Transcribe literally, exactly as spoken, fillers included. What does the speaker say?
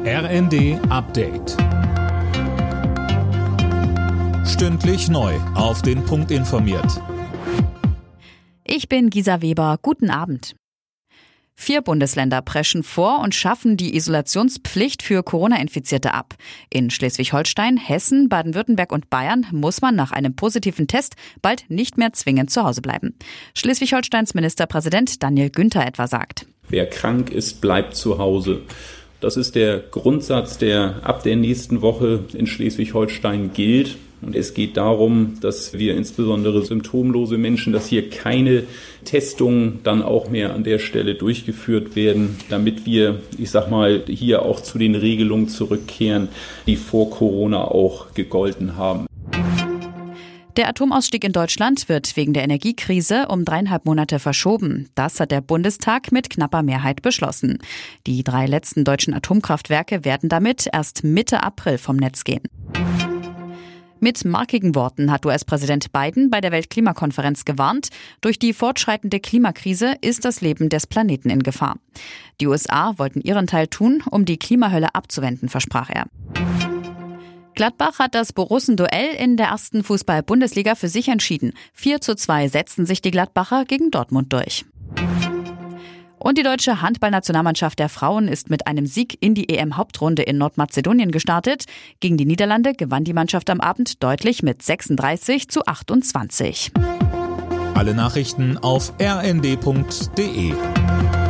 R N D Update. Stündlich neu auf den Punkt informiert. Ich bin Gisa Weber. Guten Abend. Vier Bundesländer preschen vor und schaffen die Isolationspflicht für Corona-Infizierte ab. In Schleswig-Holstein, Hessen, Baden-Württemberg und Bayern muss man nach einem positiven Test bald nicht mehr zwingend zu Hause bleiben. Schleswig-Holsteins Ministerpräsident Daniel Günther etwa sagt: Wer krank ist, bleibt zu Hause. Das ist der Grundsatz, der ab der nächsten Woche in Schleswig-Holstein gilt. Und es geht darum, dass wir insbesondere symptomlose Menschen, dass hier keine Testungen dann auch mehr an der Stelle durchgeführt werden, damit wir, ich sag mal, hier auch zu den Regelungen zurückkehren, die vor Corona auch gegolten haben. Der Atomausstieg in Deutschland wird wegen der Energiekrise um dreieinhalb Monate verschoben. Das hat der Bundestag mit knapper Mehrheit beschlossen. Die drei letzten deutschen Atomkraftwerke werden damit erst Mitte April vom Netz gehen. Mit markigen Worten hat U S-Präsident Biden bei der Weltklimakonferenz gewarnt, durch die fortschreitende Klimakrise ist das Leben des Planeten in Gefahr. Die U S A wollten ihren Teil tun, um die Klimahölle abzuwenden, versprach er. Gladbach hat das Borussen-Duell in der ersten Fußball-Bundesliga für sich entschieden. vier zu zwei setzten sich die Gladbacher gegen Dortmund durch. Und die deutsche Handballnationalmannschaft der Frauen ist mit einem Sieg in die E M-Hauptrunde in Nordmazedonien gestartet. Gegen die Niederlande gewann die Mannschaft am Abend deutlich mit sechsunddreißig zu achtundzwanzig. Alle Nachrichten auf r n d punkt d e.